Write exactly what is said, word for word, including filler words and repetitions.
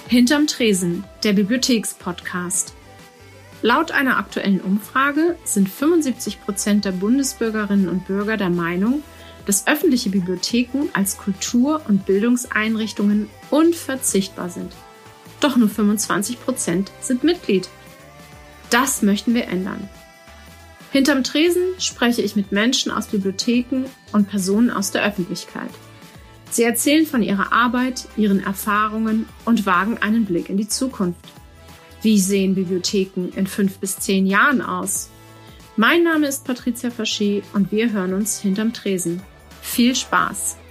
Hinterm Tresen, der Bibliothekspodcast. Laut einer aktuellen Umfrage sind fünfundsiebzig Prozent der Bundesbürgerinnen und Bürger der Meinung, dass öffentliche Bibliotheken als Kultur- und Bildungseinrichtungen unverzichtbar sind. Doch nur fünfundzwanzig Prozent sind Mitglied. Das möchten wir ändern. Hinterm Tresen spreche ich mit Menschen aus Bibliotheken und Personen aus der Öffentlichkeit. Sie erzählen von ihrer Arbeit, ihren Erfahrungen und wagen einen Blick in die Zukunft. Wie sehen Bibliotheken in fünf bis zehn Jahren aus? Mein Name ist Patricia Fasché und wir hören uns hinterm Tresen. Viel Spaß!